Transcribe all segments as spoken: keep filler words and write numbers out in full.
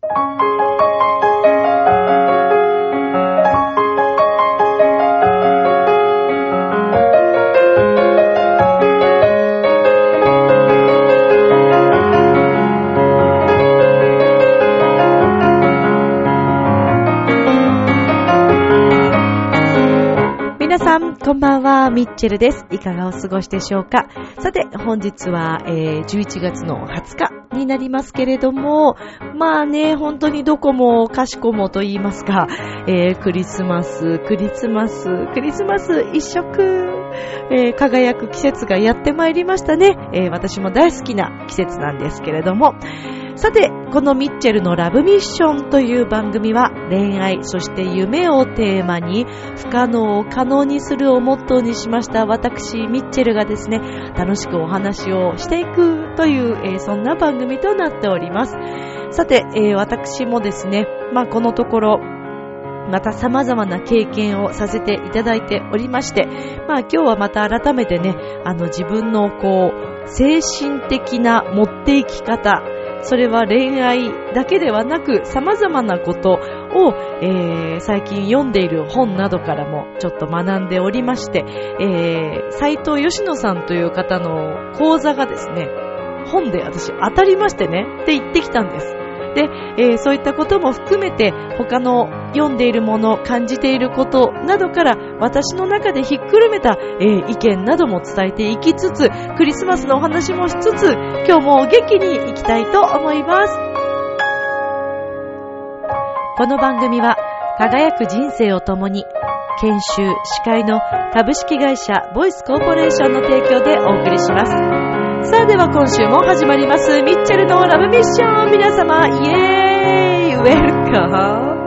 皆さんこんばんは、ミッチェルです。いかがお過ごしでしょうか。さて本日は、えー、じゅういちがつのはつかになりますけれども、まあね、本当にどこもかしこもと言いますか、えー、クリスマスクリスマスクリスマス一色、えー、輝く季節がやってまいりましたね。えー、私も大好きな季節なんですけれども、さてこのミッチェルのラブミッションという番組は、恋愛そして夢をテーマに不可能を可能にするをモットーにしました私ミッチェルがですね、楽しくお話をしていくという、えー、そんな番組となっております。さて、えー、私もですね、まあこのところまた様々な経験をさせていただいておりまして、まあ今日はまた改めてね、あの自分のこう精神的な持っていき方、それは恋愛だけではなく様々なことを、えー、最近読んでいる本などからもちょっと学んでおりまして、えー、斉藤義野さんという方の講座がですね、本で私当たりましてねって言ってきたんです。で、えー、そういったことも含めて他の読んでいるもの、感じていることなどから私の中でひっくるめた、えー、意見なども伝えていきつつ、クリスマスのお話もしつつ、今日も元気にいきたいと思います。この番組は輝く人生を共に研修司会の株式会社ボイスコーポレーションの提供でお送りします。さあでは今週も始まりますミッチェルのラブミッション。皆様イエーイウェルカム。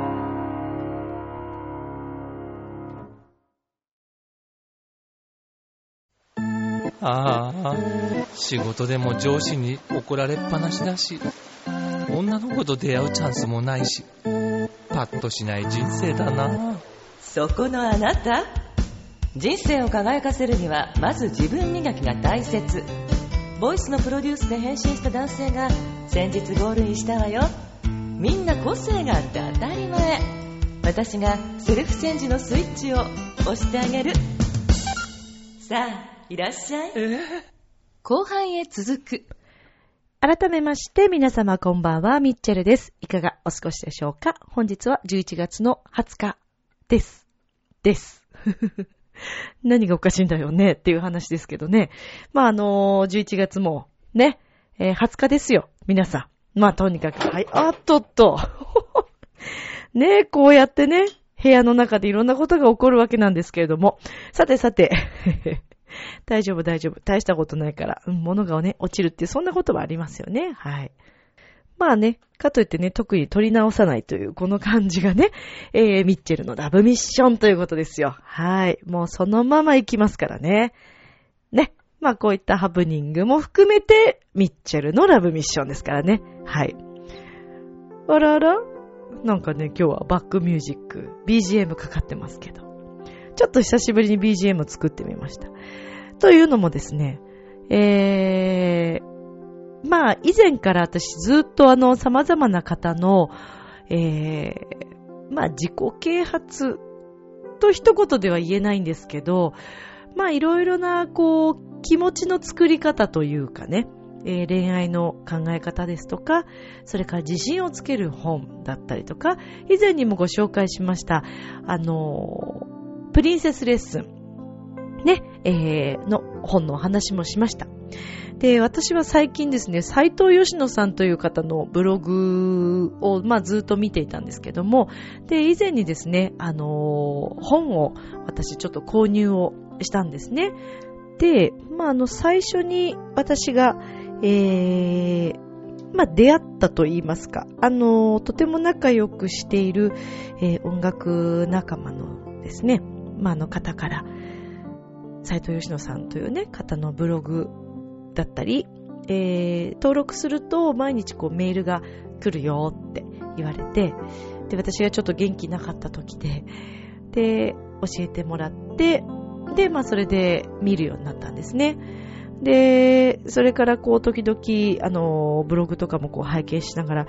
ああ、仕事でも上司に怒られっぱなしだし、女の子と出会うチャンスもないし、パッとしない人生だな。 そこのあなた、人生を輝かせるにはまず自分磨きが大切。ボイスのプロデュースで変身した男性が先日ゴールインしたわよ。みんな個性があって当たり前。私がセルフチェンジのスイッチを押してあげる。さあいらっしゃい。後半へ続く。 改めまして皆様こんばんは、ミッチェルです。いかがお過ごしでしょうか。本日はじゅういちがつのはつかですです何がおかしいんだよねっていう話ですけどね。まああのー、じゅういちがつもね、えー、はつかですよ皆さん。まあとにかく、はい、あっとっとねえ、こうやってね部屋の中でいろんなことが起こるわけなんですけれども、さてさて大丈夫大丈夫、大したことないから、うん、物がね落ちるってそんなことはありますよね。はい。まあね、かといってね、特に取り直さないというこの感じがね、えー、ミッチェルのラブミッションということですよ。はい。もうそのまま行きますからね。ね。まあこういったハプニングも含めて、ミッチェルのラブミッションですからね。はい。あらあら？なんかね、今日はバックミュージック、ビージーエム かかってますけど。ちょっと久しぶりに ビージーエム 作ってみました。というのもですね、えー、まあ以前から私ずっとあの様々な方の、えー、まあ自己啓発と一言では言えないんですけど、まあいろいろなこう気持ちの作り方というかね、えー、恋愛の考え方ですとか、それから自信をつける本だったりとか、以前にもご紹介しましたあのプリンセスレッスンね、えー、の本のお話もしました。で、私は最近ですね、斉藤義野さんという方のブログを、まあ、ずっと見ていたんですけども、で、以前にですね、あのー、本を私ちょっと購入をしたんですね。で、まあ、あの、最初に私が、えー、まあ、出会ったと言いますか、あのー、とても仲良くしている、えー、音楽仲間のですね、まあ、あの方から、斉藤義野さんというね、方のブログだったり、えー、登録すると毎日こうメールが来るよって言われて、で、私がちょっと元気なかった時で、で、教えてもらって、で、まあそれで見るようになったんですね。で、それからこう時々、あの、ブログとかもこう拝見しながら、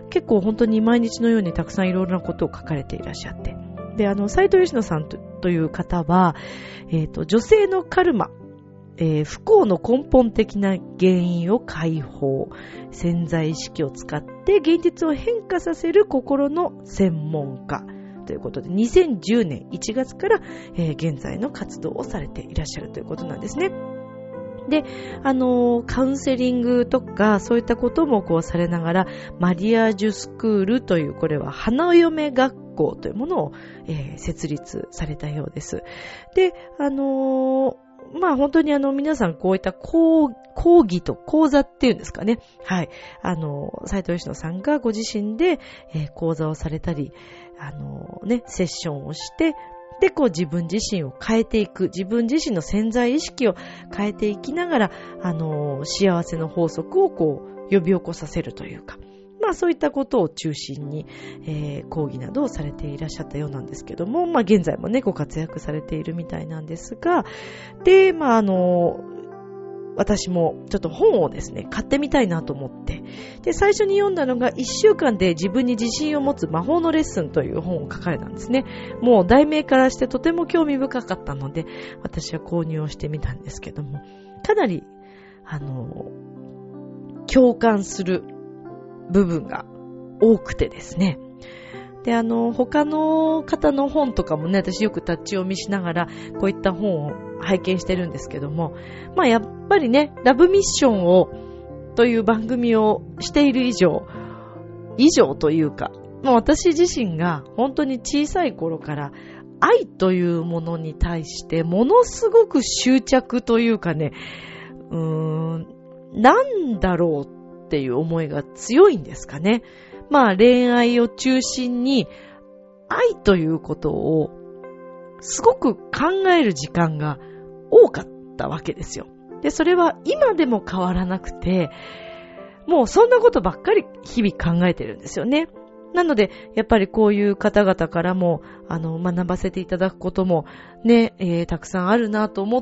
結構本当に毎日のようにたくさんいろいろなことを書かれていらっしゃって。で、あの、斉藤芳野さん と, という方は、えっと、女性のカルマ、えー、不幸の根本的な原因を解放、潜在意識を使って現実を変化させる心の専門家ということで、にせんじゅうねんいちがつから、えー、現在の活動をされていらっしゃるということなんですね。で、あのー、カウンセリングとかそういったこともこうされながら、マリアージュスクールという、これは花嫁学校というものを、えー、設立されたようです。で、あのー、まあ本当にあの皆さんこういった講、講義と講座っていうんですかね。はい。あの、斉藤芳野さんがご自身で、えー、講座をされたり、あのー、ね、セッションをして、で、こう自分自身を変えていく、自分自身の潜在意識を変えていきながら、あのー、幸せの法則をこう呼び起こさせるというか、まあそういったことを中心に、えー、講義などをされていらっしゃったようなんですけども、まあ現在もね、ご活躍されているみたいなんですが、で、まああのー、私もちょっと本をですね、買ってみたいなと思って、で、最初に読んだのがいっしゅうかんで自分に自信を持つ魔法のレッスンという本を書かれたんですね。もう題名からしてとても興味深かったので、私は購入をしてみたんですけども、かなり、あの、共感する部分が多くてですね。で、あの、他の方の本とかもね、私よく立ち読みしながら、こういった本を拝見してるんですけども、まあやっぱりね、ラブミッションを、という番組をしている以上、以上というか、まあ私自身が本当に小さい頃から愛というものに対してものすごく執着というかね、うーん、なんだろうっていう思いが強いんですかね。まあ恋愛を中心に愛ということをすごく考える時間が多かったわけですよ。で、それは今でも変わらなくて、もうそんなことばっかり日々考えてるんですよね。なので、やっぱりこういう方々からも、あの、学ばせていただくこともね、えー、たくさんあるなと思って、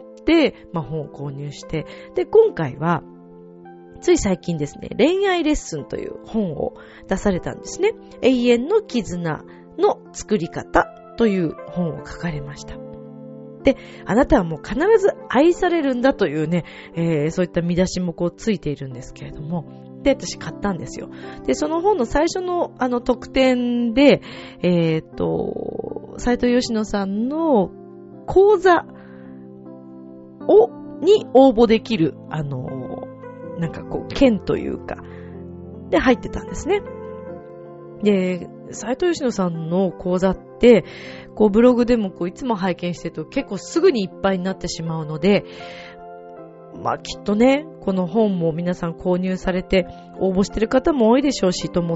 まあ本を購入して、で、今回は、つい最近ですね、恋愛レッスンという本を出されたんですね。永遠の絆の作り方という本を書かれました。で、あなたはもう必ず愛されるんだというね、えー、そういった見出しもこうついているんですけれども、で、私買ったんですよ。で、その本の最初のあの特典で、えっと、斉藤芳野さんの講座を、に応募できる、あの、なんかこう、券というか、で入ってたんですね。で、斉藤芳野さんの講座って、こうブログでもこういつも拝見してると結構すぐにいっぱいになってしまうので、まあきっとね、この本も皆さん購入されて応募してる方も多いでしょうしと思って、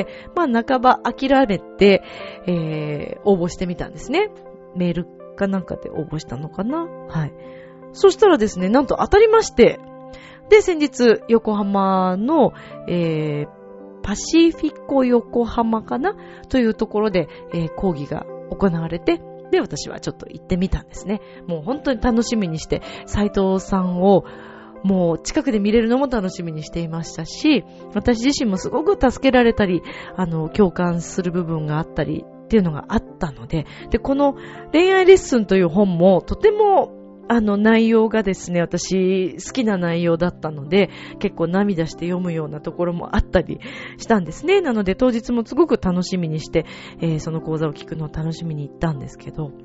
まあ半ば諦めて、えー、応募してみたんですね。メールかなんかで応募したのかな。はい。そしたらですね、なんと当たりまして、で、先日横浜の、えー、パシフィコ横浜かなというところで、えー、講義が行われて、で、私はちょっと行ってみたんですね。もう本当に楽しみにして、斉藤さんをもう近くで見れるのも楽しみにしていましたし、私自身もすごく助けられたり、あの、共感する部分があったりっていうのがあったので、で、この恋愛レッスンという本もとてもあの内容がですね、私好きな内容だったので、結構涙して読むようなところもあったりしたんですね。なので当日もすごく楽しみにして、えー、その講座を聞くのを楽しみに行ったんですけど、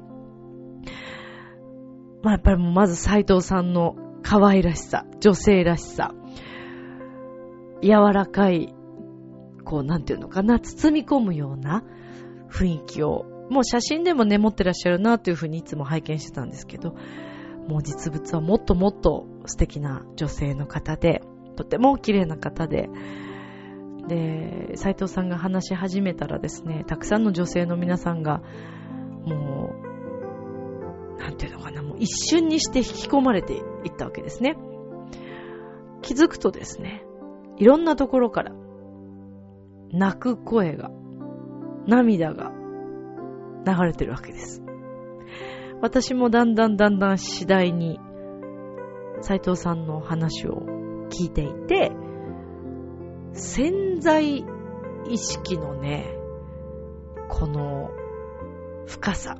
まあやっぱりもうまず斉藤さんの可愛らしさ、女性らしさ、柔らかい、こうなんていうのかな、包み込むような雰囲気を、もう写真でもね、持ってらっしゃるなというふうにいつも拝見してたんですけど、もう実物はもっともっと素敵な女性の方で、とても綺麗な方で、で、斉藤さんが話し始めたらですね、たくさんの女性の皆さんが、もう、なんていうのかな、もう一瞬にして引き込まれていったわけですね。気づくとですね、いろんなところから泣く声が、涙が流れてるわけです。私もだんだんだんだん次第に斉藤さんの話を聞いていて、潜在意識のね、この深さ、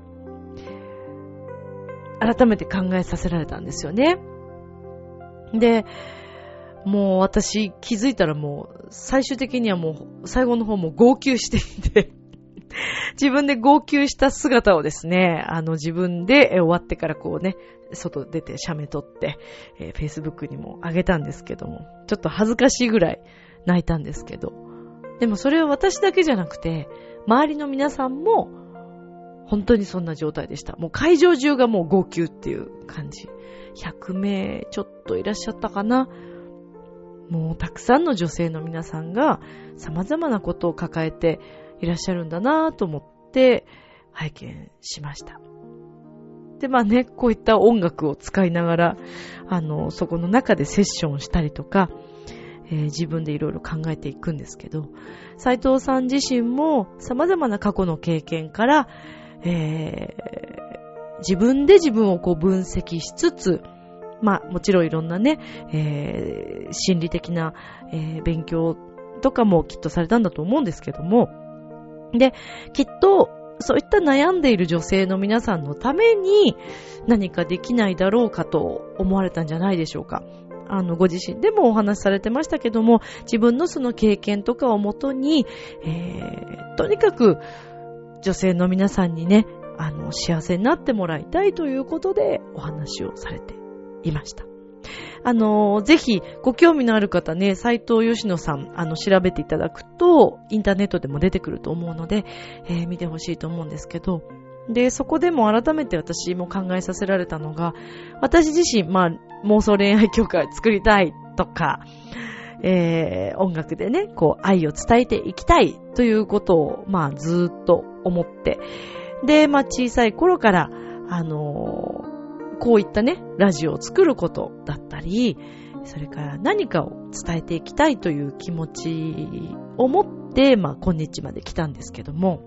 改めて考えさせられたんですよね。で、もう私気づいたらもう最終的にはもう最後の方も号泣していて自分で号泣した姿をですね、あの自分で終わってからこうね、外出て写メ撮って、えー、Facebook にも上げたんですけども、ちょっと恥ずかしいぐらい泣いたんですけど、でもそれは私だけじゃなくて、周りの皆さんも本当にそんな状態でした。もう会場中がもう号泣っていう感じ。ひゃくめいちょっといらっしゃったかな。もうたくさんの女性の皆さんが様々なことを抱えていらっしゃるんだなと思って拝見しました。で、まあね、こういった音楽を使いながら、あの、そこの中でセッションをしたりとか、えー、自分でいろいろ考えていくんですけど、斉藤さん自身も様々な過去の経験から、えー、自分で自分をこう分析しつつ、まあもちろんいろんなね、えー、心理的な、えー、勉強とかもきっとされたんだと思うんですけども、で、きっとそういった悩んでいる女性の皆さんのために何かできないだろうかと思われたんじゃないでしょうか。あのご自身でもお話しされてましたけども、自分のその経験とかをもとに、えー、とにかく女性の皆さんにね、あの幸せになってもらいたいということでお話をされていました。あのぜひご興味のある方ね、斉藤佳乃さんあの調べていただくとインターネットでも出てくると思うので、えー、見てほしいと思うんですけど、でそこでも改めて私も考えさせられたのが、私自身まあ妄想恋愛協会を作りたいとか、えー、音楽でねこう愛を伝えていきたいということをまあずっと思って、でまあ小さい頃からあのーこういったね、ラジオを作ることだったり、それから何かを伝えていきたいという気持ちを持って、まあ今日まで来たんですけども、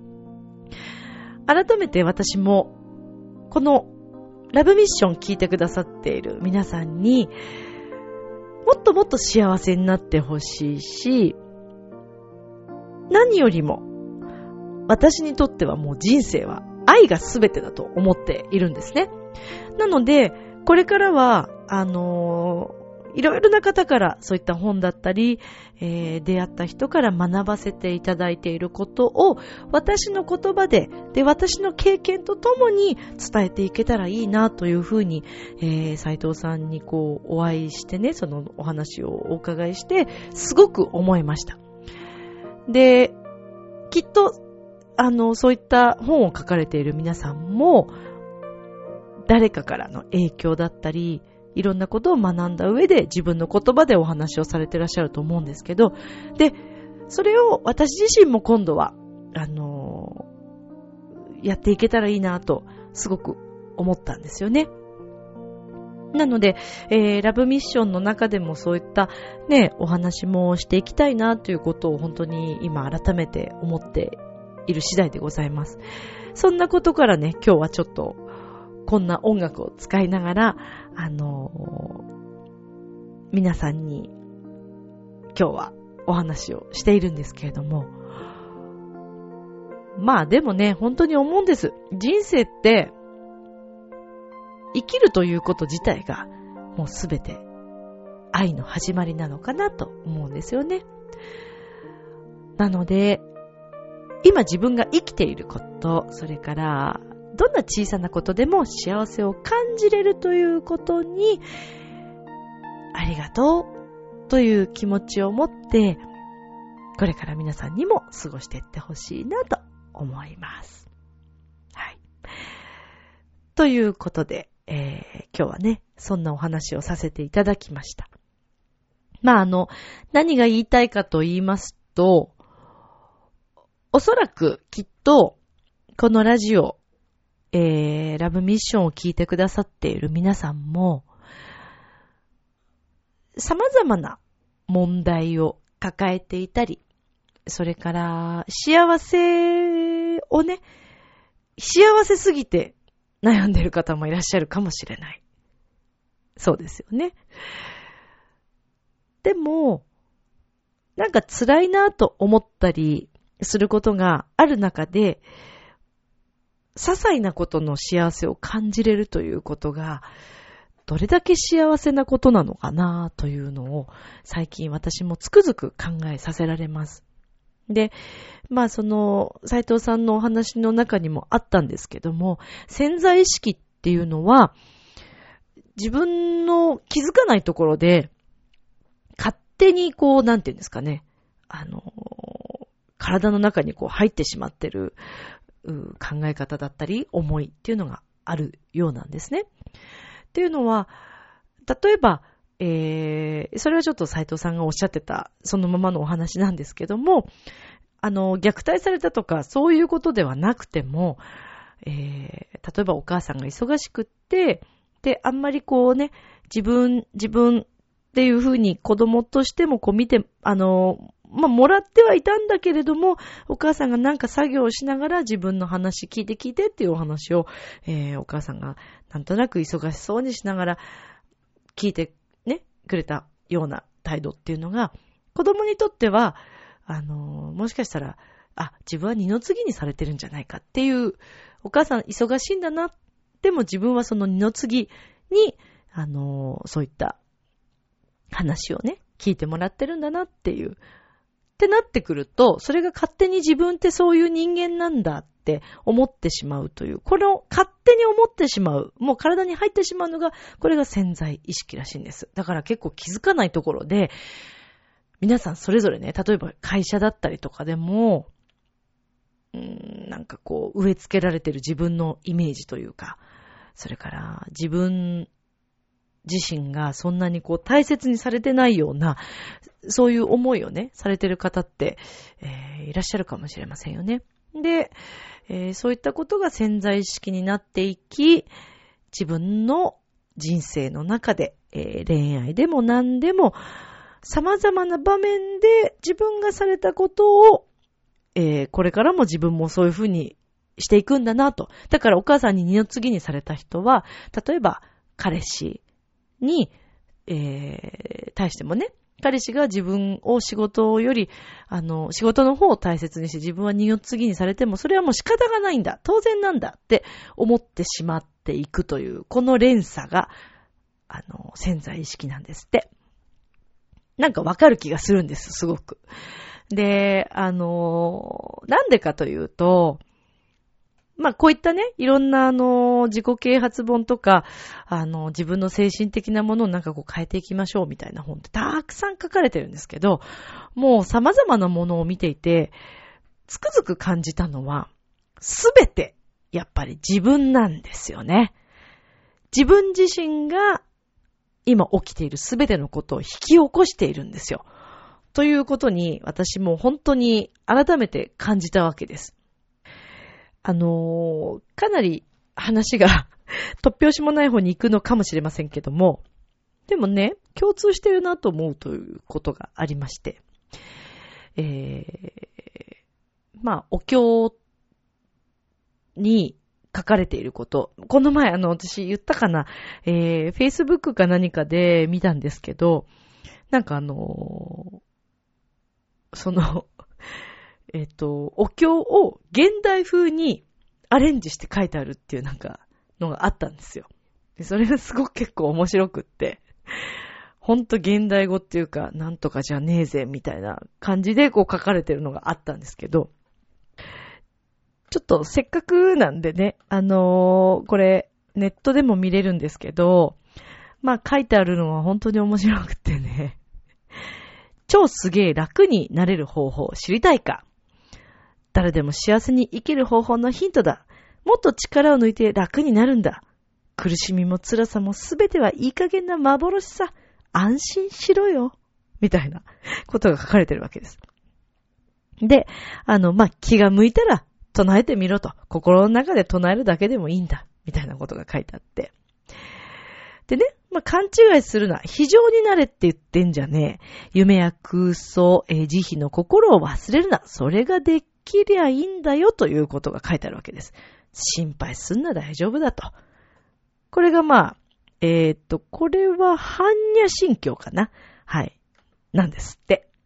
改めて私もこのラブミッション聞いてくださっている皆さんにもっともっと幸せになってほしいし、何よりも私にとってはもう人生は愛が全てだと思っているんですね。なので、これからは、あのー、いろいろな方からそういった本だったり、えー、出会った人から学ばせていただいていることを私の言葉で、で、私の経験とともに伝えていけたらいいなというふうに、えー、斉藤さんにこうお会いしてね、そのお話をお伺いして、すごく思いました。で、きっと、あの、そういった本を書かれている皆さんも、誰かからの影響だったり、いろんなことを学んだ上で自分の言葉でお話をされていらっしゃると思うんですけど、で、それを私自身も今度は、あのー、やっていけたらいいなと、すごく思ったんですよね。なので、えー、ラブミッションの中でもそういったね、お話もしていきたいなということを本当に今改めて思っている次第でございます。そんなことからね、今日はちょっとこんな音楽を使いながら、あのー、皆さんに今日はお話をしているんですけれども、まあでもね、本当に思うんです。人生って生きるということ自体がもうすべて愛の始まりなのかなと思うんですよね。なので、今自分が生きていること、それからどんな小さなことでも幸せを感じれるということに、ありがとうという気持ちを持って、これから皆さんにも過ごしていってほしいなと思います。はい。ということで、えー、今日はね、そんなお話をさせていただきました。まあ、あの、何が言いたいかと言いますと、おそらくきっと、このラジオ、えー、ラブミッションを聞いてくださっている皆さんも、様々な問題を抱えていたり、それから幸せをね、幸せすぎて悩んでいる方もいらっしゃるかもしれない。そうですよね。でも、 なんか辛いなと思ったりすることがある中で、些細なことの幸せを感じれるということが、どれだけ幸せなことなのかなというのを最近私もつくづく考えさせられます。で、まあその斉藤さんのお話の中にもあったんですけども、潜在意識っていうのは自分の気づかないところで勝手にこうなんていうんですかね、あの体の中にこう入ってしまってる考え方だったり思いっていうのがあるようなんですね。っていうのは、例えば、えー、それはちょっと斉藤さんがおっしゃってたそのままのお話なんですけども、あの虐待されたとかそういうことではなくても、えー、例えばお母さんが忙しくってであんまりこうね自分自分っていうふうに子供としてもこう見てあのまあ、もらってはいたんだけれども、お母さんがなんか作業をしながら自分の話聞いて聞いてっていうお話を、えー、お母さんがなんとなく忙しそうにしながら聞いてね、くれたような態度っていうのが、子供にとっては、あのー、もしかしたら、あ、自分は二の次にされてるんじゃないかっていう、お母さん忙しいんだな、でも自分はその二の次に、あのー、そういった話をね、聞いてもらってるんだなっていう、ってなってくると、それが勝手に自分ってそういう人間なんだって思ってしまうという、これを勝手に思ってしまう、もう体に入ってしまうのが、これが潜在意識らしいんです。だから結構気づかないところで、皆さんそれぞれね、例えば会社だったりとかでも、うーん、なんかこう植え付けられてる自分のイメージというか、それから自分自身がそんなにこう大切にされてないような、そういう思いをね、されてる方って、えー、いらっしゃるかもしれませんよね。で、えー、そういったことが潜在意識になっていき、自分の人生の中で、えー、恋愛でも何でも、様々な場面で自分がされたことを、えー、これからも自分もそういうふうにしていくんだなと。だからお母さんに二の次にされた人は、例えば彼氏に、えー、対してもね、彼氏が自分を仕事より、あの、仕事の方を大切にして自分は二の次にされても、それはもう仕方がないんだ、当然なんだって思ってしまっていくという、この連鎖が、あの、潜在意識なんですって。なんかわかる気がするんです、すごく。で、あの、なんでかというと、まあこういったね、いろんなあの自己啓発本とか、あの自分の精神的なものをなんかこう変えていきましょうみたいな本ってたくさん書かれてるんですけど、もう様々なものを見ていて、つくづく感じたのは、すべてやっぱり自分なんですよね。自分自身が今起きているすべてのことを引き起こしているんですよ。ということに私も本当に改めて感じたわけです。あのー、かなり話が突拍子もない方に行くのかもしれませんけども、でもね、共通してるなと思うということがありまして、えー、まあ、お経に書かれていること、この前あの、私言ったかな、えー、Facebook か何かで見たんですけど、なんかあのー、その、えっと、お経を現代風にアレンジして書いてあるっていうなんかのがあったんですよ。でそれがすごく結構面白くって、ほんと現代語っていうか、なんとかじゃねえぜみたいな感じでこう書かれてるのがあったんですけど、ちょっとせっかくなんでね、あのー、これネットでも見れるんですけど、まあ書いてあるのは本当に面白くってね、超すげえ楽になれる方法知りたいか？誰でも幸せに生きる方法のヒントだ。もっと力を抜いて楽になるんだ。苦しみも辛さもすべてはいい加減な幻さ。安心しろよ。みたいなことが書かれてるわけです。で、あの、まあ、気が向いたら唱えてみろと。心の中で唱えるだけでもいいんだ。みたいなことが書いてあって。でね、まあ、勘違いするな。非常になれって言ってんじゃねえ。夢や空想、えー、慈悲の心を忘れるな。それができりゃいいんだよということが書いてあるわけです。心配すんな大丈夫だと。これがまあ、えー、っと、これは般若心経かな。はい。なんですって。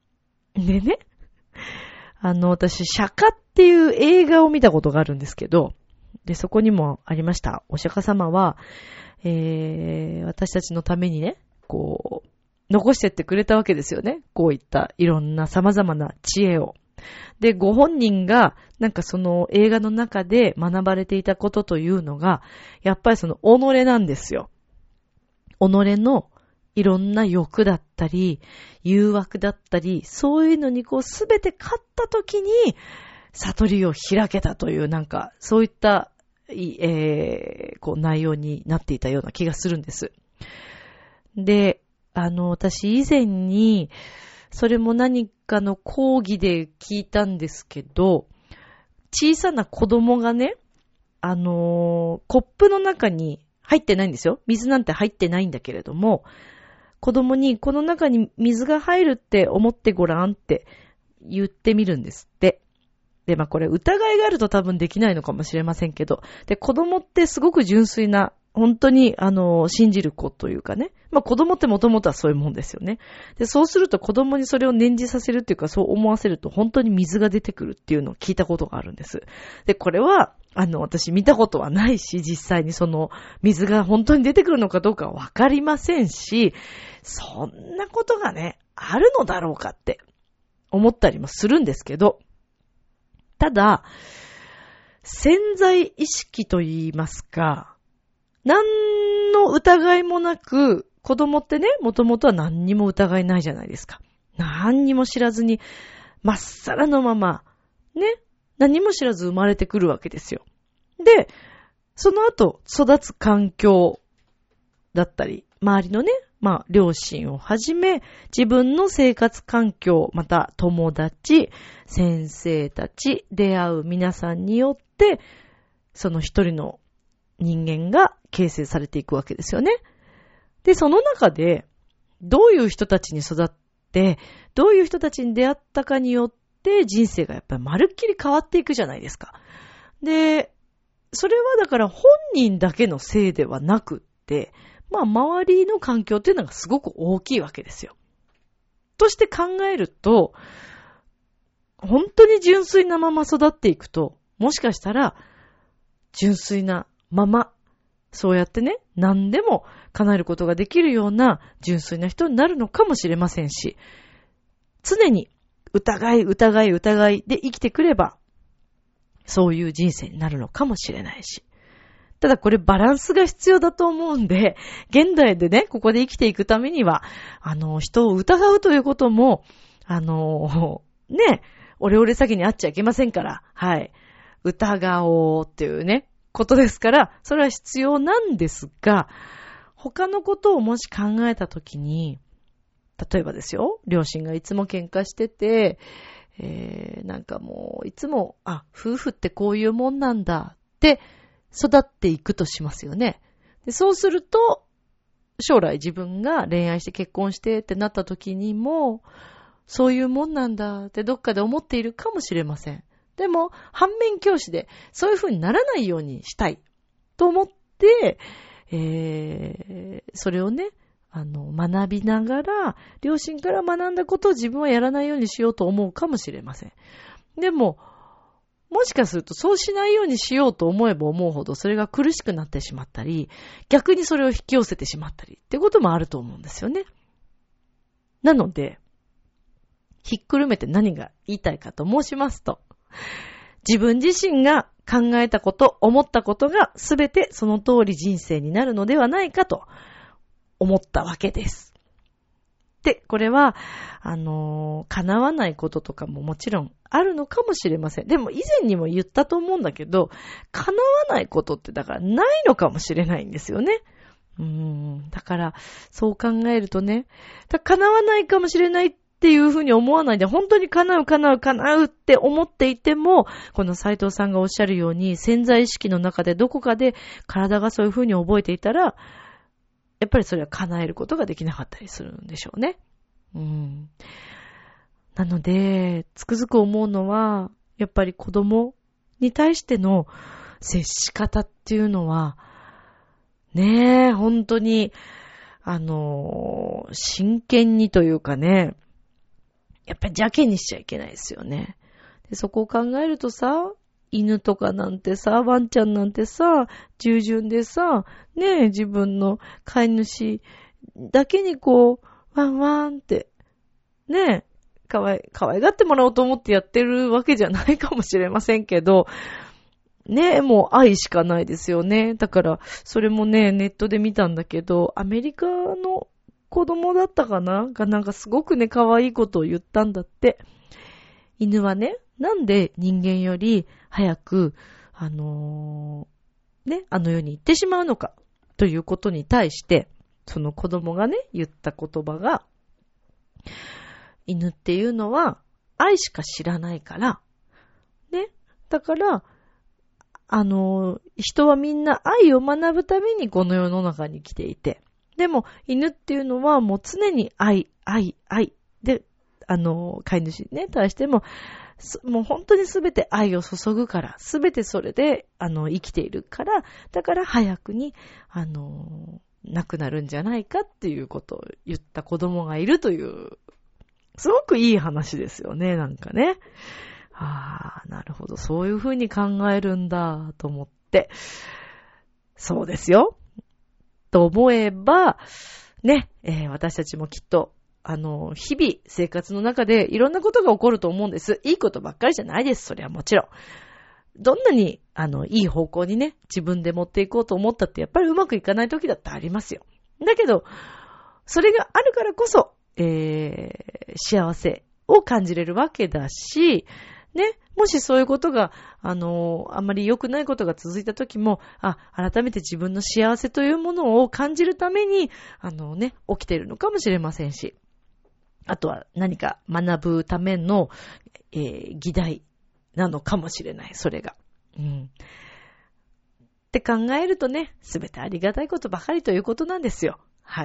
でね、あの、私、釈迦っていう映画を見たことがあるんですけど、で、そこにもありました。お釈迦様は、えー、私たちのためにね、こう、残してってくれたわけですよね。こういったいろんな様々な知恵を。で、ご本人が、なんかその映画の中で学ばれていたことというのが、やっぱりその己なんですよ。己のいろんな欲だったり、誘惑だったり、そういうのにこうすべて勝った時に、悟りを開けたという、なんか、そういった、えー、こう内容になっていたような気がするんです。で、あの、私以前に、それも何かの講義で聞いたんですけど、小さな子供がね、あのー、コップの中に入ってないんですよ。水なんて入ってないんだけれども、子供にこの中に水が入るって思ってごらんって言ってみるんですって。で、まあこれ疑いがあると多分できないのかもしれませんけど、で、子供ってすごく純粋な、本当に、あの、信じる子というかね。まあ子供ってもともとはそういうもんですよね。で、そうすると子供にそれを念じさせるっていうか、そう思わせると本当に水が出てくるっていうのを聞いたことがあるんです。で、これは、あの、私見たことはないし、実際にその水が本当に出てくるのかどうかはわかりませんし、そんなことがね、あるのだろうかって思ったりもするんですけど、ただ、潜在意識と言いますか、何の疑いもなく、子供ってね、もともとは何にも疑いないじゃないですか。何にも知らずに、まっさらのまま、ね、何も知らず生まれてくるわけですよ。で、その後、育つ環境だったり、周りのね、まあ、両親をはじめ、自分の生活環境、また友達、先生たち、出会う皆さんによって、その一人の人間が形成されていくわけですよね。で、その中で、どういう人たちに育って、どういう人たちに出会ったかによって、人生がやっぱりまるっきり変わっていくじゃないですか。で、それはだから本人だけのせいではなくって、まあ周りの環境っていうのがすごく大きいわけですよ。として考えると、本当に純粋なまま育っていくと、もしかしたら純粋なまま、そうやってね、何でも叶えることができるような純粋な人になるのかもしれませんし、常に疑い疑い疑いで生きてくれば、そういう人生になるのかもしれないし。ただこれバランスが必要だと思うんで、現代でね、ここで生きていくためには、あの、人を疑うということも、あの、ね、オレオレ詐欺に遭っちゃいけませんから、はい。疑おうっていうね、ことですから、それは必要なんですが、他のことをもし考えたときに、例えばですよ、両親がいつも喧嘩してて、えー、なんかもう、いつも、あ、夫婦ってこういうもんなんだって育っていくとしますよね。で、そうすると、将来自分が恋愛して結婚してってなった時にも、そういうもんなんだってどっかで思っているかもしれません。でも、反面教師で、そういう風にならないようにしたいと思って、えー、それをね、あの、学びながら、両親から学んだことを自分はやらないようにしようと思うかもしれません。でも、もしかするとそうしないようにしようと思えば思うほどそれが苦しくなってしまったり、逆にそれを引き寄せてしまったりってこともあると思うんですよね。なので、ひっくるめて何が言いたいかと申しますと、自分自身が考えたこと、思ったことがすべてその通り人生になるのではないかと思ったわけです。で、これは、あのー、叶わないこととかももちろんあるのかもしれません。でも以前にも言ったと思うんだけど、叶わないことってだからないのかもしれないんですよね。うーん、だから、そう考えるとね、だ叶わないかもしれないっていうふうに思わないで、本当に叶う叶う叶うって思っていても、この斉藤さんがおっしゃるように、潜在意識の中でどこかで体がそういうふうに覚えていたら、やっぱりそれは叶えることができなかったりするんでしょうね。うん。なので、つくづく思うのは、やっぱり子供に対しての接し方っていうのは、ねえ、本当に、あの、真剣にというかね、 やっぱり邪気にしちゃいけないですよね。でそこを考えるとさ、犬とかなんてさ、ワンちゃんなんてさ、従順でさ、ねえ、自分の飼い主だけにこう、ワンワンって、ねえ、かわい、かわいがってもらおうと思ってやってるわけじゃないかもしれませんけど、ねえ、もう愛しかないですよね。だから、それもね、ネットで見たんだけど、アメリカの子供だったかながなんかすごくね、可愛いことを言ったんだって。犬はね、なんで人間より早く、あのー、ね、あの世に行ってしまうのかということに対して、その子供がね、言った言葉が、犬っていうのは愛しか知らないから、ね、だから、あのー、人はみんな愛を学ぶためにこの世の中に来ていて、でも犬っていうのはもう常に愛、愛、愛で、あのー、飼い主にね、対しても、もう本当にすべて愛を注ぐから、すべてそれで、あの、生きているから、だから早くに、あの、亡くなるんじゃないかっていうことを言った子供がいるという、すごくいい話ですよね、なんかね。ああ、なるほど、そういうふうに考えるんだ、と思って。そうですよ。と思えば、ね、えー、私たちもきっと、あの、日々生活の中でいろんなことが起こると思うんです。いいことばっかりじゃないです。それはもちろん。どんなに、あの、いい方向にね、自分で持っていこうと思ったってやっぱりうまくいかない時だってありますよ。だけど、それがあるからこそ、えー、幸せを感じれるわけだし、ね、もしそういうことが、あの、あんまり良くないことが続いた時も、あ、改めて自分の幸せというものを感じるために、あのね、起きているのかもしれませんし、あとは何か学ぶための、えー、議題なのかもしれない、それが。うん。って考えるとね、すべてありがたいことばかりということなんですよ。はい。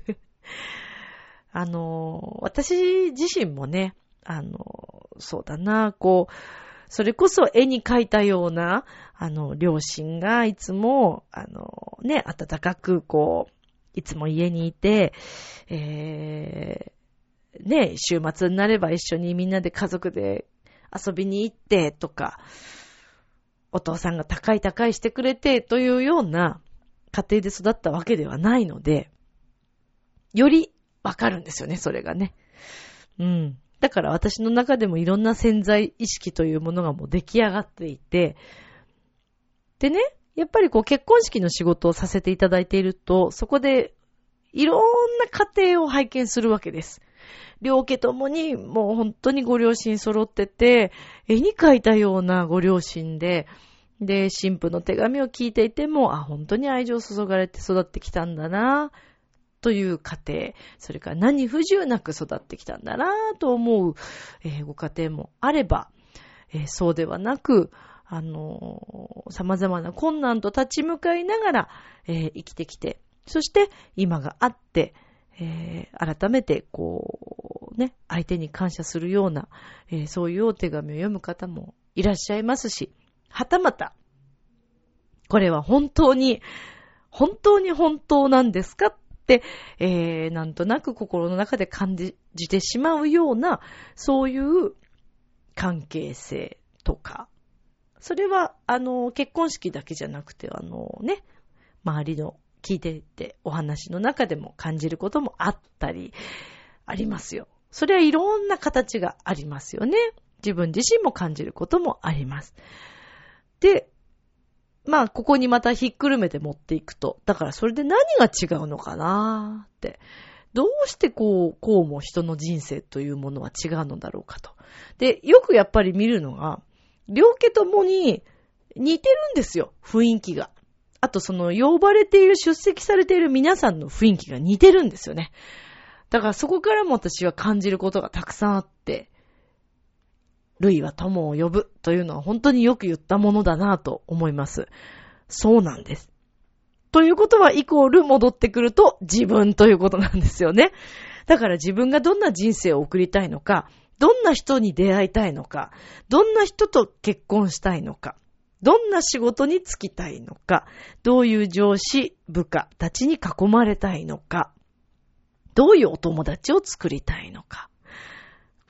あの、私自身もね、あの、そうだな、こう、それこそ絵に描いたような、あの、両親がいつも、あの、ね、温かく、こう、いつも家にいて、えー、ね、週末になれば一緒にみんなで家族で遊びに行ってとか、お父さんが高い高いしてくれてというような家庭で育ったわけではないので、よりわかるんですよね、それがね。うん。だから私の中でもいろんな潜在意識というものがもう出来上がっていて、でね、やっぱりこう結婚式の仕事をさせていただいていると、そこでいろんな家庭を拝見するわけです。両家ともにもう本当にご両親揃ってて、絵に描いたようなご両親で、で、新婦の手紙を聞いていても、あ、本当に愛情注がれて育ってきたんだな、という家庭、それから何不自由なく育ってきたんだなと思う、えー、ご家庭もあれば、えー、そうではなく、あのー、様々な困難と立ち向かいながら、えー、生きてきて、そして今があって、えー、改めてこうね、相手に感謝するような、えー、そういうお手紙を読む方もいらっしゃいますし、はたまた、これは本当に、本当に本当なんですかって、えー、なんとなく心の中で感じてしまうような、そういう関係性とか、それは、あの、結婚式だけじゃなくて、あのね、周りの聞いていてお話の中でも感じることもあったり、ありますよ。それはいろんな形がありますよね。自分自身も感じることもあります。で、まあ、ここにまたひっくるめて持っていくと、だからそれで何が違うのかなって。どうしてこう、こうも人の人生というものは違うのだろうかと。で、よくやっぱり見るのが、両家ともに似てるんですよ、雰囲気が。あとその呼ばれている、出席されている皆さんの雰囲気が似てるんですよね。だからそこからも私は感じることがたくさんあって、類は友を呼ぶというのは本当によく言ったものだなと思います。そうなんです。ということはイコール戻ってくると自分ということなんですよね。だから自分がどんな人生を送りたいのか、どんな人に出会いたいのか、どんな人と結婚したいのか、どんな仕事に就きたいのか、どういう上司、部下たちに囲まれたいのか、どういうお友達を作りたいのか。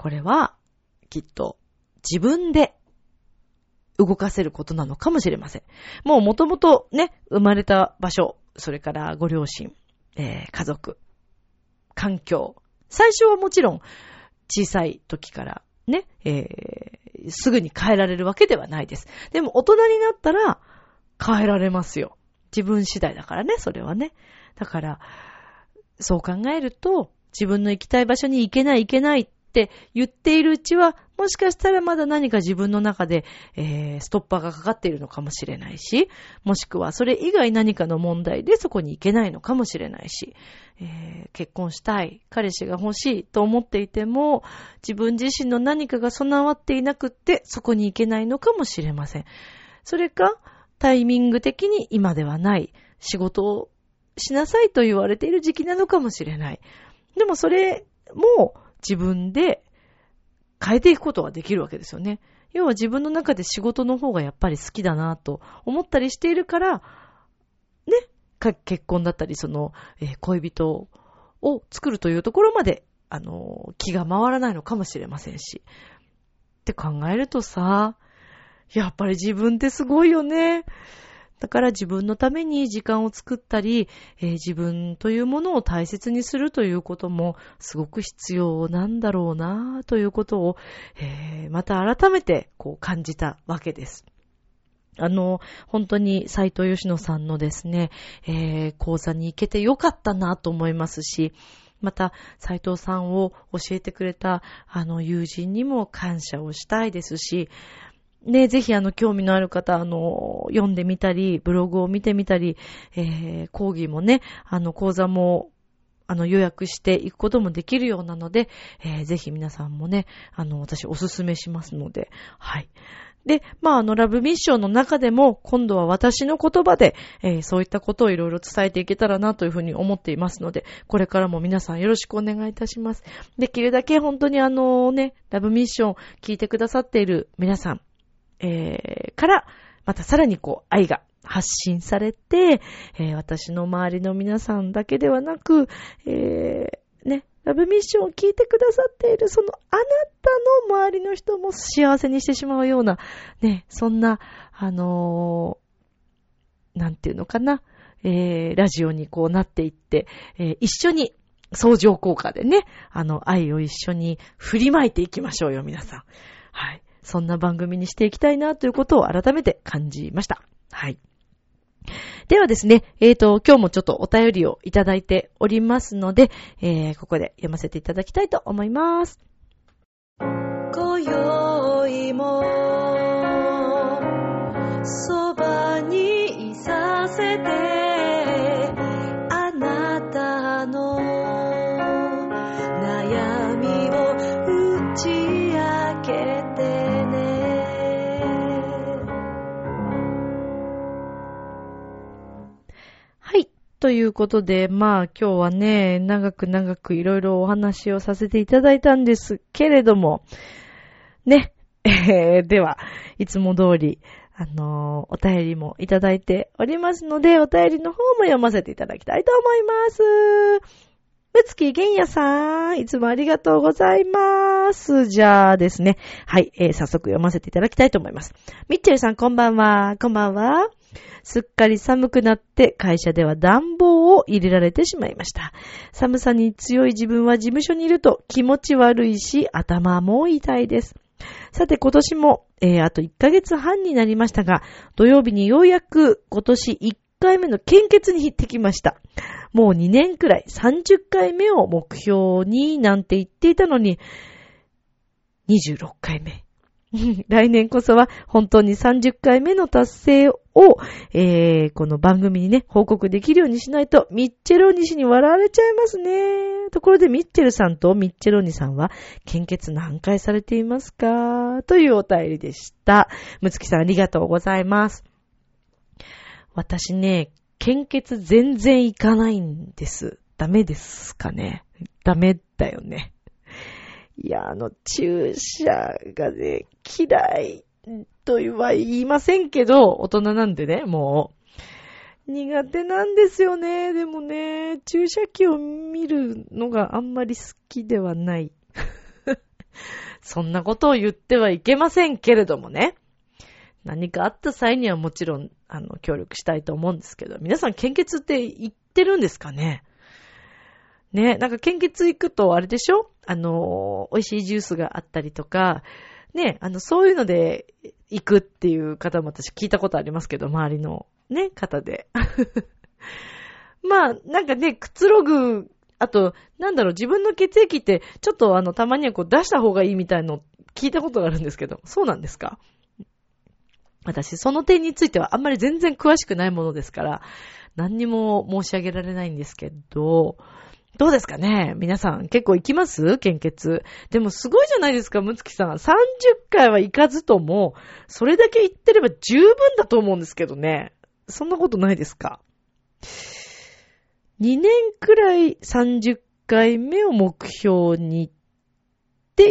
これはきっと自分で動かせることなのかもしれません。もうもともとね、生まれた場所、それからご両親、えー、家族、環境。最初はもちろん小さい時からね、えー、すぐに変えられるわけではないです。でも大人になったら変えられますよ。自分次第だからね、それはね。だから、そう考えると、自分の行きたい場所に行けない行けないって言っているうちは、もしかしたらまだ何か自分の中で、えー、ストッパーがかかっているのかもしれないし、もしくはそれ以外何かの問題でそこに行けないのかもしれないし、えー、結婚したい、彼氏が欲しいと思っていても、自分自身の何かが備わっていなくってそこに行けないのかもしれません。それか、タイミング的に今ではない仕事をしなさいと言われている時期なのかもしれない。でもそれも自分で変えていくことができるわけですよね。要は自分の中で仕事の方がやっぱり好きだなと思ったりしているから、ね、結婚だったりその、えー、恋人を作るというところまで、あのー、気が回らないのかもしれませんし。って考えるとさ、やっぱり自分ってすごいよね。だから自分のために時間を作ったり、えー、自分というものを大切にするということもすごく必要なんだろうなということを、えー、また改めてこう感じたわけです。あの、本当に斉藤義乃さんのですね、えー、講座に行けてよかったなと思いますし、また斉藤さんを教えてくれたあの友人にも感謝をしたいですし、ね、ぜひあの興味のある方、あの、読んでみたり、ブログを見てみたり、えー、講義もね、あの講座もあの予約していくこともできるようなので、えー、ぜひ皆さんもね、あの私おすすめしますので、はい。で、まああのラブミッションの中でも今度は私の言葉で、えー、そういったことをいろいろ伝えていけたらなというふうに思っていますので、これからも皆さんよろしくお願いいたします。できるだけ本当にあのね、ラブミッション聞いてくださっている皆さん、えー、から、またさらにこう、愛が発信されて、えー、私の周りの皆さんだけではなく、えー、ね、ラブミッションを聞いてくださっている、そのあなたの周りの人も幸せにしてしまうような、ね、そんな、あのー、なんていうのかな、えー、ラジオにこうなっていって、えー、一緒に相乗効果でね、あの、愛を一緒に振りまいていきましょうよ、皆さん。はい。そんな番組にしていきたいなということを改めて感じました。はい。ではですね、えーと、今日もちょっとお便りをいただいておりますので、えー、ここで読ませていただきたいと思います。今宵もそばにいさせて、あなたの悩みを打ち明けてということで、まあ今日はね、長く長くいろいろお話をさせていただいたんですけれども、ね、えー、では、いつも通り、あのー、お便りもいただいておりますので、お便りの方も読ませていただきたいと思います。むつきげんやさん、いつもありがとうございます。じゃあですね、はい、えー、早速読ませていただきたいと思います。ミッチェルさん、こんばんは。こんばんは。すっかり寒くなって会社では暖房を入れられてしまいました。寒さに強い自分は事務所にいると気持ち悪いし頭も痛いです。さて今年も、えー、あといっかげつはんになりましたが、土曜日にようやく今年いっかいめの献血に行ってきました。もうにねんくらいさんじゅっかいめを目標になんて言っていたのににじゅうろっかいめ。来年こそは本当にさんじゅっかいめの達成を、えー、この番組にね、報告できるようにしないと、ミッチェロニ氏に笑われちゃいますね。ところでミッチェルさんとミッチェロニさんは、献血何回されていますか？というお便りでした。むつきさんありがとうございます。私ね、献血全然行かないんです。ダメですかね？ダメだよね。いや、あの、注射がね、嫌いとは言いませんけど、大人なんでね、もう、苦手なんですよね。でもね、注射器を見るのがあんまり好きではない。 そんなことを言ってはいけませんけれどもね。何かあった際にはもちろん、あの、協力したいと思うんですけど、皆さん献血って言ってるんですかね？ね、なんか献血行くとあれでしょ？あの、美味しいジュースがあったりとか、ね、あの、そういうので行くっていう方も私聞いたことありますけど、周りのね、方で。まあ、なんかね、くつろぐ、あと、なんだろう、自分の血液って、ちょっとあの、たまにはこう出した方がいいみたいの聞いたことがあるんですけど、そうなんですか？私、その点についてはあんまり全然詳しくないものですから、何にも申し上げられないんですけど、どうですかね？皆さん結構行きます？献血。でもすごいじゃないですか、むつきさん。さんじゅっかいは行かずとも、それだけ行ってれば十分だと思うんですけどね。そんなことないですか？にねんくらいさんじゅっかいめを目標に行って、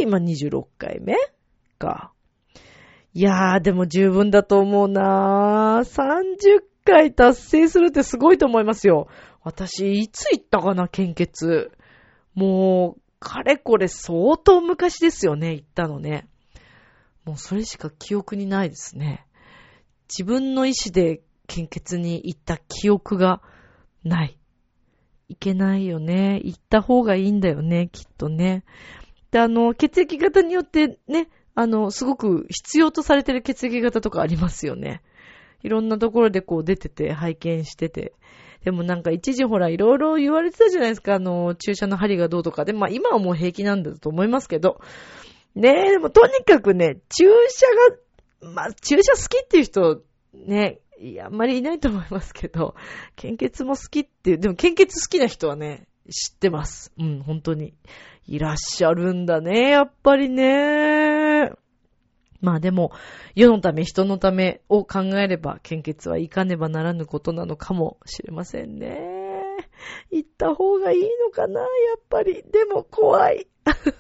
今にじゅうろっかいめか。いやー、でも十分だと思うなー。さんじゅっかい達成するってすごいと思いますよ。私、いつ行ったかな、献血。もう、かれこれ相当昔ですよね、行ったのね。もうそれしか記憶にないですね。自分の意思で献血に行った記憶がない。いけないよね。行った方がいいんだよね、きっとね。で、あの、血液型によってね、あの、すごく必要とされてる血液型とかありますよね。いろんなところでこう出てて、拝見してて。でもなんか一時ほらいろいろ言われてたじゃないですか。あの、注射の針がどうとかで。まあ今はもう平気なんだと思いますけど。ねえ、でもとにかくね、注射が、まあ注射好きっていう人、ね、いや、あんまりいないと思いますけど、献血も好きっていう、でも献血好きな人はね、知ってます。うん、本当に。いらっしゃるんだね、やっぱりね。まあでも、世のため人のためを考えれば、献血はいかねばならぬことなのかもしれませんね。行った方がいいのかな、やっぱり。でも怖い。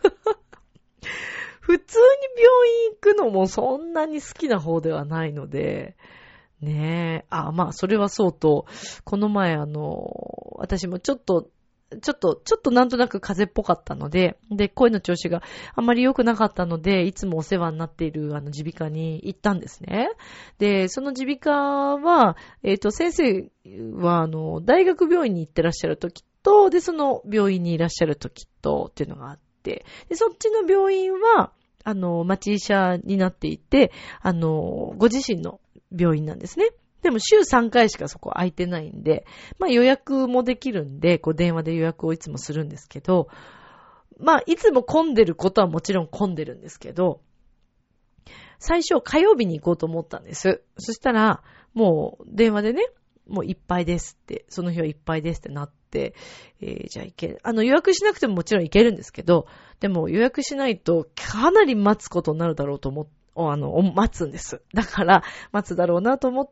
普通に病院行くのもそんなに好きな方ではないので、ねえ。あ、まあそれはそうと、この前あの、私もちょっと、ちょっと、ちょっとなんとなく風邪っぽかったので、で、声の調子があまり良くなかったので、いつもお世話になっているあの耳鼻科に行ったんですね。で、その耳鼻科は、えっと、先生はあの、大学病院に行ってらっしゃる時と、で、その病院にいらっしゃる時と、っていうのがあって、で、そっちの病院は、あの、町医者になっていて、あの、ご自身の病院なんですね。でも週さんかいしかそこ空いてないんで、まあ予約もできるんで、こう電話で予約をいつもするんですけど、まあいつも混んでることはもちろん混んでるんですけど、最初火曜日に行こうと思ったんです。そしたら、もう電話でね、もういっぱいですって、その日はいっぱいですってなって、えー、じゃあ行ける。あの予約しなくてももちろん行けるんですけど、でも予約しないとかなり待つことになるだろうと思って、あの、待つんです。だから、待つだろうなと思って、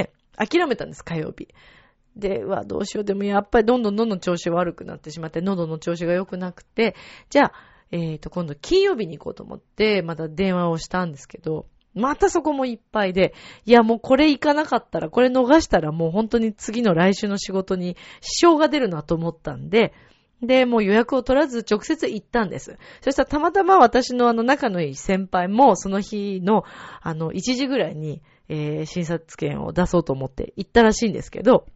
諦めたんです、火曜日。で、うわ、どうしよう。でもやっぱりどんどんどんどん調子悪くなってしまって、喉の調子が良くなくて、じゃあ、えっと、今度金曜日に行こうと思って、また電話をしたんですけど、またそこもいっぱいで、いや、もうこれ行かなかったら、これ逃したらもう本当に次の来週の仕事に支障が出るなと思ったんで、で、もう予約を取らず直接行ったんです。そしたらたまたま私のあの仲のいい先輩もその日のあのいちじぐらいに、えー、診察券を出そうと思って行ったらしいんですけど、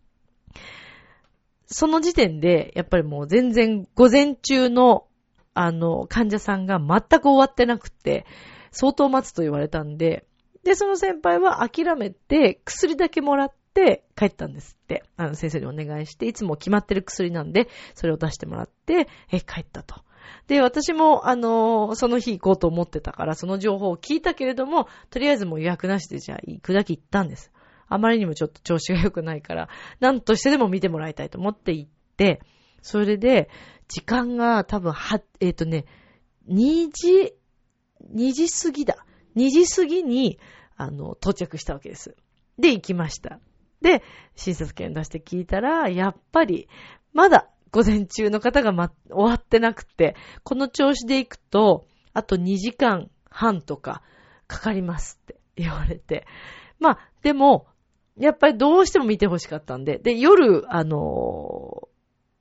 その時点でやっぱりもう全然午前中のあの患者さんが全く終わってなくて相当待つと言われたんで、で、その先輩は諦めて薬だけもらってで帰ったんですって。あの先生にお願いして、いつも決まってる薬なんで、それを出してもらって、え、帰ったと。で、私も、あのー、その日行こうと思ってたから、その情報を聞いたけれども、とりあえずもう予約なしで、じゃあ行くだけ行ったんです。あまりにもちょっと調子が良くないから、なんとしてでも見てもらいたいと思って行って、それで、時間が多分、は、えっとね、にじ、にじ過ぎだ。にじ過ぎに、あの、到着したわけです。で、行きました。で、診察券出して聞いたら、やっぱり、まだ午前中の方が、ま、終わってなくて、この調子で行くと、あとにじかんはんとかかかりますって言われて。まあ、でも、やっぱりどうしても見てほしかったんで、で、夜、あの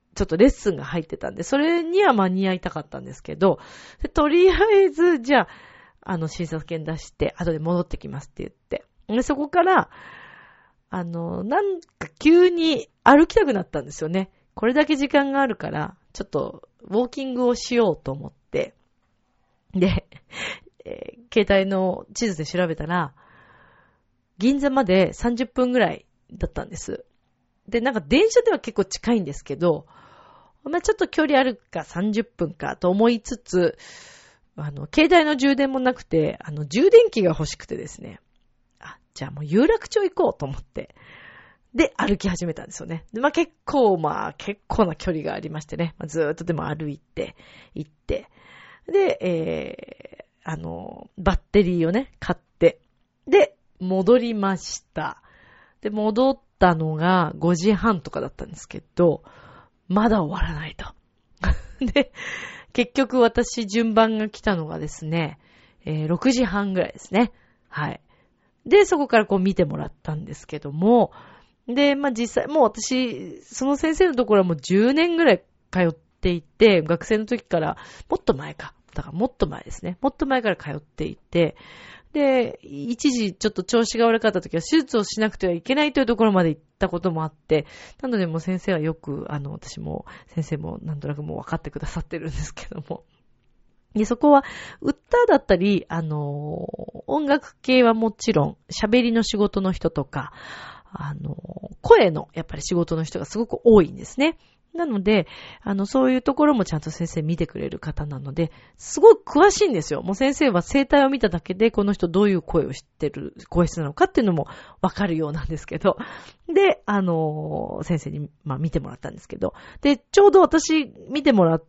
ちょっとレッスンが入ってたんで、それには間に合いたかったんですけど、でとりあえず、じゃあ、あの、診察券出して、後で戻ってきますって言って。で、そこから、あの、なんか急に歩きたくなったんですよね。これだけ時間があるから、ちょっと、ウォーキングをしようと思って。で、えー、携帯の地図で調べたら、銀座までさんじゅっぷんぐらいだったんです。で、なんか電車では結構近いんですけど、まあ、ちょっと距離あるかさんじゅっぷんかと思いつつ、あの、携帯の充電もなくて、あの、充電器が欲しくてですね。あ、じゃあもう有楽町行こうと思って。で、歩き始めたんですよね。で、まあ結構、まあ結構な距離がありましてね。まあ、ずーっとでも歩いて、行って。で、えー、あの、バッテリーをね、買って。で、戻りました。で、戻ったのがごじはんとかだったんですけど、まだ終わらないと。で、結局私順番が来たのがですね、えー、ろくじはんぐらいですね。はい。で、そこからこう見てもらったんですけども、で、まあ、実際、もう私、その先生のところはもうじゅうねんぐらい通っていて、学生の時から、もっと前か。だからもっと前ですね。もっと前から通っていて、で、一時ちょっと調子が悪かった時は手術をしなくてはいけないというところまで行ったこともあって、なのでもう先生はよく、あの、私も、先生もなんとなくもう分かってくださってるんですけども。で、そこは、歌だったり、あの、音楽系はもちろん、喋りの仕事の人とか、あの、声のやっぱり仕事の人がすごく多いんですね。なので、あの、そういうところもちゃんと先生見てくれる方なので、すごく詳しいんですよ。もう先生は声帯を見ただけで、この人どういう声を知ってる、声質なのかっていうのもわかるようなんですけど、で、あの、先生に、まあ見てもらったんですけど、で、ちょうど私見てもらった、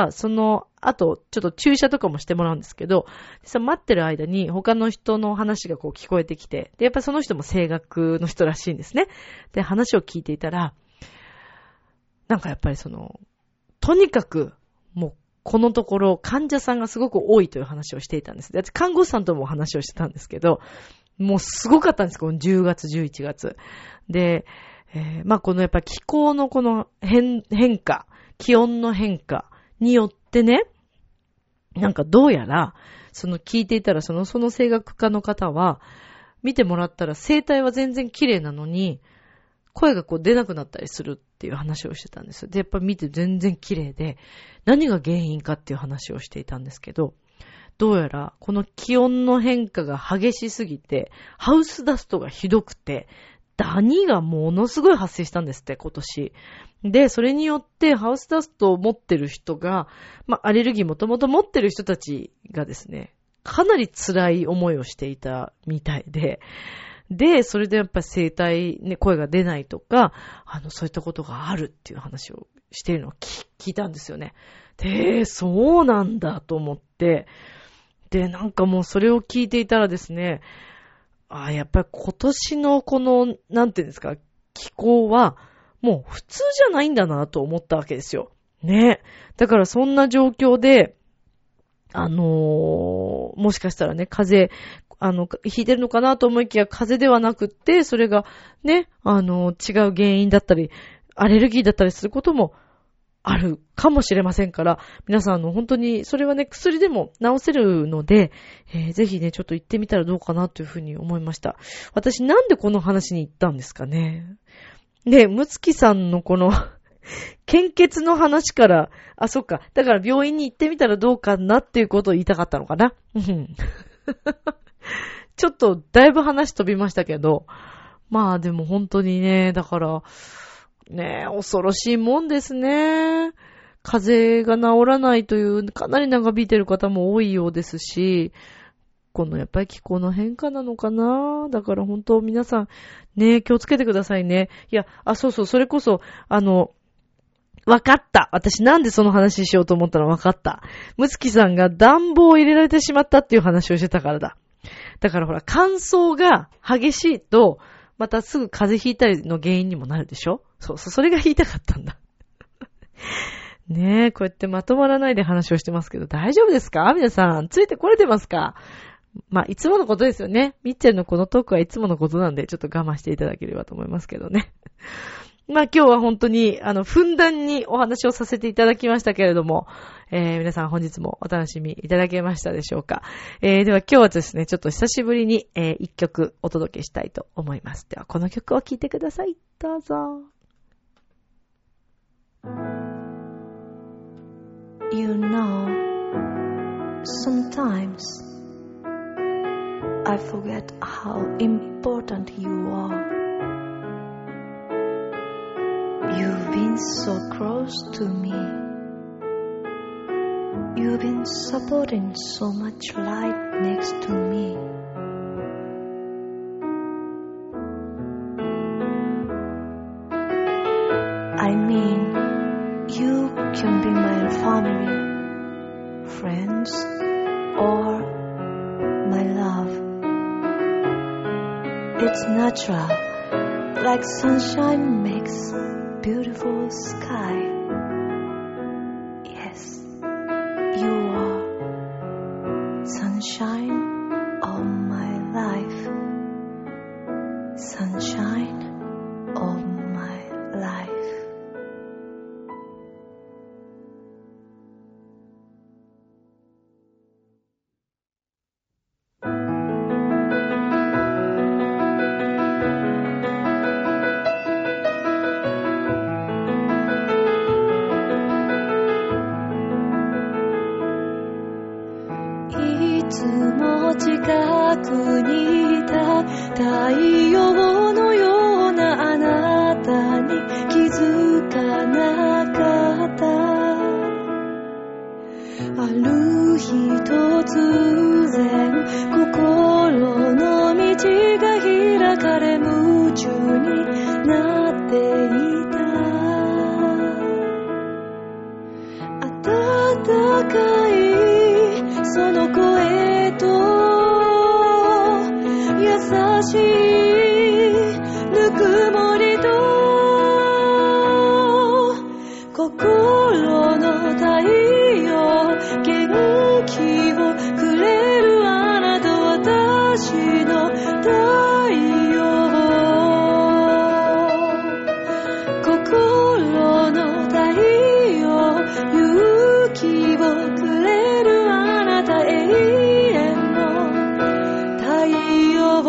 その後、ちょっと注射とかもしてもらうんですけど、待ってる間に他の人の話がこう聞こえてきて、で、やっぱりその人も声楽の人らしいんですね。で、話を聞いていたら、なんかやっぱりその、とにかく、もう、このところ、患者さんがすごく多いという話をしていたんです。で、看護師さんとも話をしてたんですけど、もうすごかったんです、このじゅうがつ、じゅういちがつ。で、えー、まあこのやっぱり気候のこの変、変化、気温の変化によってね、なんかどうやら、その聞いていたら、その、その声楽家の方は、見てもらったら声帯は全然綺麗なのに、声がこう出なくなったりするっていう話をしてたんですよ。で、やっぱ見て全然綺麗で、何が原因かっていう話をしていたんですけど、どうやらこの気温の変化が激しすぎて、ハウスダストがひどくて、ダニがものすごい発生したんですって、今年。で、それによってハウスダストを持ってる人が、まあ、アレルギーもともと持ってる人たちがですね、かなり辛い思いをしていたみたいで、で、それでやっぱり声帯、ね、声が出ないとか、あの、そういったことがあるっていう話をしているのを聞いたんですよね。で、そうなんだと思って、で、なんかもうそれを聞いていたらですね、あ、やっぱり今年のこの、なんていうんですか、気候は、もう普通じゃないんだなと思ったわけですよ。ね。だからそんな状況で、あのー、もしかしたらね、風邪、あの、引いてるのかなと思いきや、風邪ではなくって、それがね、あの、違う原因だったり、アレルギーだったりすることもあるかもしれませんから、皆さん、あの、本当に、それはね、薬でも治せるので、えー、ぜひね、ちょっと行ってみたらどうかなというふうに思いました。私、なんでこの話に行ったんですかね。で、むつきさんのこの、献血の話から、あ、そっか、だから病院に行ってみたらどうかなっていうことを言いたかったのかな。ちょっとだいぶ話飛びましたけど、まあでも本当にね、だから、ね、恐ろしいもんですね。風邪が治らないというかなり長引いてる方も多いようですし、このやっぱり気候の変化なのかな。だから本当皆さんね、気をつけてくださいね。いや、あ、そうそう、それこそ、あの、わかった。私なんでその話しようと思ったのわかった。むつきさんが暖房を入れられてしまったっていう話をしてたからだ。だからほら、乾燥が激しいと、またすぐ風邪ひいたりの原因にもなるでしょ？そうそう、それが言いたかったんだ。ねえ、こうやってまとまらないで話をしてますけど、大丈夫ですか？皆さん、ついてこれてますか？まあ、いつものことですよね。ミッチェルのこのトークはいつものことなんで、ちょっと我慢していただければと思いますけどね。 まあ今日は本当に、あの、ふんだんにお話をさせていただきましたけれども、えー、皆さん本日もお楽しみいただけましたでしょうか。えー、では今日はですね、ちょっと久しぶりに、えー、一曲お届けしたいと思います。ではこの曲を聴いてください。どうぞ。You know, sometimes I forget how important you are.You've been so close to me. You've been supporting so much light next to me. I mean, you can be my family, friends, or my love. It's natural, like sunshine makes.Beautiful sky. Yes, you are sunshine of my life. Sunshine of my life. 近くにいた太陽のようなあなたに気づかなかったある日突然心の道が開かれ夢中になっていた温かいその声と優しいぬくもりと心の太陽元気をくれるあなた私の太陽心の太陽勇気をくれるあなた永遠の太陽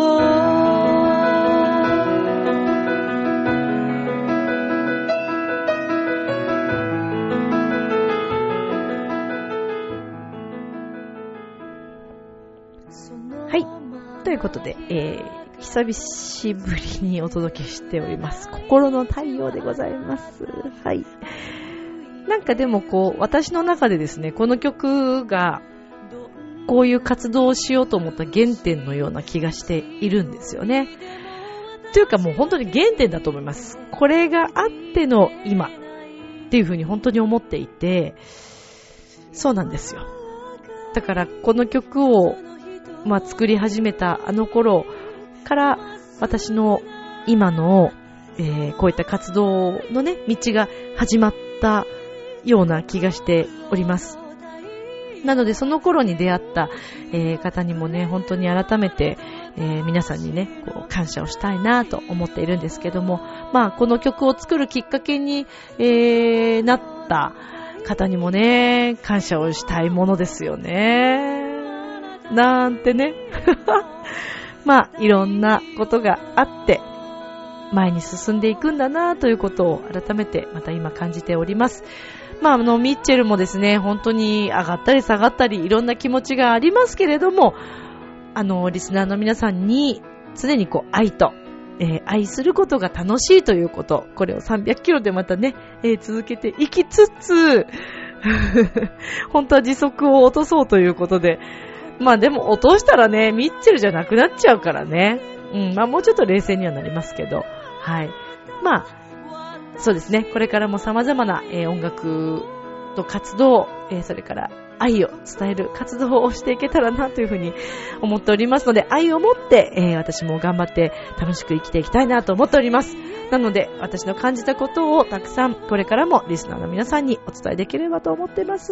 はい。ということで、えー、久しぶりにお届けしております。心の太陽でございます。はい。なんかでもこう、私の中でですね、この曲が、こういう活動をしようと思った原点のような気がしているんですよね。というかもう本当に原点だと思います。これがあっての今っていうふうに本当に思っていて、そうなんですよ。だからこの曲をまあ作り始めたあの頃から私の今の、えー、こういった活動のね道が始まったような気がしております。なのでその頃に出会った、えー、方にもね本当に改めて、えー、皆さんにねこう感謝をしたいなと思っているんですけども、まあこの曲を作るきっかけに、えー、なった方にもね感謝をしたいものですよね。なんてねまあいろんなことがあって前に進んでいくんだなということを改めてまた今感じております。まああのミッチェルもですね本当に上がったり下がったりいろんな気持ちがありますけれども、あのリスナーの皆さんに常にこう愛と、えー、愛することが楽しいということ、これをさんびゃくキロでまたね、えー、続けていきつつ本当は時速を落とそうということで、まあでも落としたらねミッチェルじゃなくなっちゃうからね、うん、まあもうちょっと冷静にはなりますけど、はい、まあそうですね、これからも様々な、えー、音楽と活動、えー、それから愛を伝える活動をしていけたらなというふうに思っておりますので、愛を持って、えー、私も頑張って楽しく生きていきたいなと思っております。なので私の感じたことをたくさんこれからもリスナーの皆さんにお伝えできればと思っています。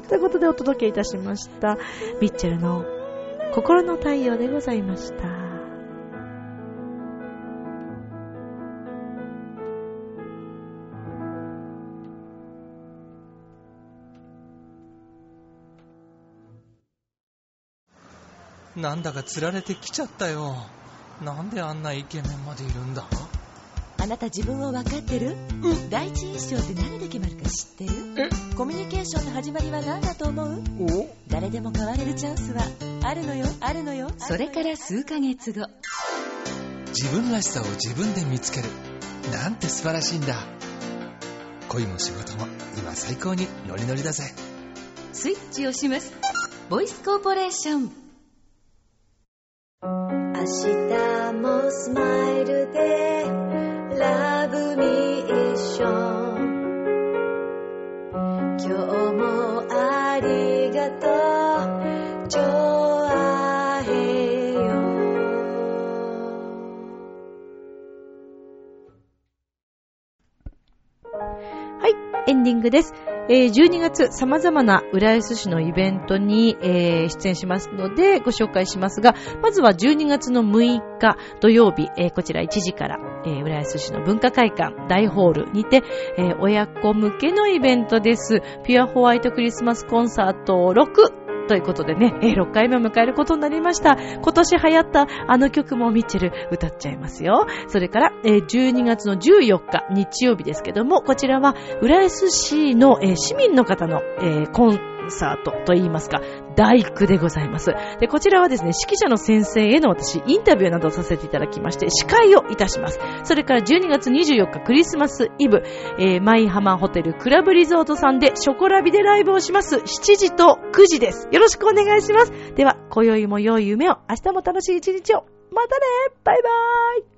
ということでお届けいたしましたミッチェルの心の太陽でございました。 なんだか釣られてきちゃったよ。なんであんなイケメンまでいるんだ？ あなた自分を分かってる？ うん。 第一印象って何で決まるか知ってる？ え？ コミュニケーションの始まりは何だと思う？ お？ 誰でも変われるチャンスはあるのよ、あるのよ。それから数ヶ月後、 自分らしさを自分で見つける。なんて素晴らしいんだ。恋も仕事も今最高にノリノリだぜ。 スイッチをします。ボイスコーポレーション。 明日もスマイルでラブミッション。今日もありがとうジョアヘヨ。 はい、エンディングです。えー、じゅうにがつ様々な浦安市のイベントに、えー、出演しますのでご紹介しますが、まずはじゅうにがつのむいか土曜日、えー、こちらいちじから、えー、浦安市の文化会館大ホールにて、えー、親子向けのイベントです。ピュアホワイトクリスマスコンサートろくということでね、えー、ろっかいめを迎えることになりました。今年流行ったあの曲もミッチェル歌っちゃいますよ。それから、えー、じゅうにがつのじゅうよっか日曜日ですけども、こちらは浦安市の、えー、市民の方の、えー、コンサートといいますか大工でございます。で、こちらはですね、指揮者の先生への私インタビューなどをさせていただきまして司会をいたします。それからじゅうにがつにじゅうよっかクリスマスイブ、えー、舞浜ホテルクラブリゾートさんでショコラビでライブをします。しちじとくじです。よろしくお願いします。では今宵も良い夢を、明日も楽しい一日を。またね、バイバーイ。